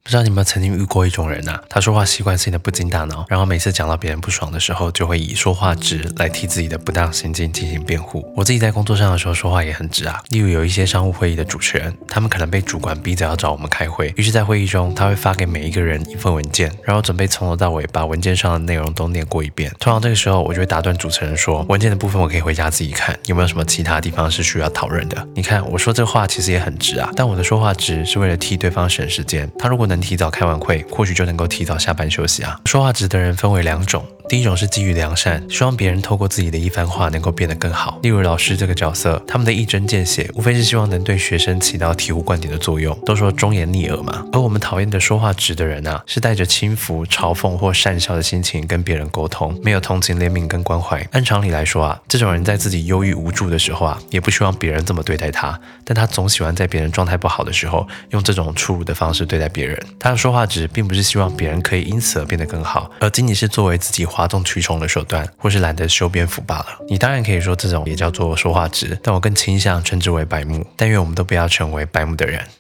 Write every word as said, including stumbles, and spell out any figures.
不知道你有没有曾经遇过一种人啊，他说话习惯性的不经大脑，然后每次讲到别人不爽的时候，就会以说话直来替自己的不当行径进行辩护。我自己在工作上的时候说话也很直啊，例如有一些商务会议的主持人，他们可能被主管逼着要找我们开会，于是在会议中他会发给每一个人一份文件，然后准备从头到尾把文件上的内容都念过一遍。通常这个时候我就会打断主持人说，文件的部分我可以回家自己看，有没有什么其他地方是需要讨论的？你看我说这话其实也很直啊，但我的说话直是为了替对方省时间，他如果能提早开完会，或许就能够提早下班休息啊。说话直的人分为两种，第一种是基于良善，希望别人透过自己的一番话能够变得更好。例如老师这个角色，他们的一针见血，无非是希望能对学生起到醍醐灌顶的作用。都说忠言逆耳嘛，而我们讨厌的说话直的人啊，是带着轻浮、嘲讽或讪笑的心情跟别人沟通，没有同情、怜悯跟关怀。按常理来说啊，这种人在自己忧郁无助的时候啊，也不希望别人这么对待他，但他总喜欢在别人状态不好的时候，用这种粗鲁的方式对待别人。他的说话直，并不是希望别人可以因此而变得更好，而仅仅是作为自己哗众取宠的手段，或是懒得修边幅罢了。你当然可以说这种也叫做说话直，但我更倾向称之为白目。但愿我们都不要成为白目的人。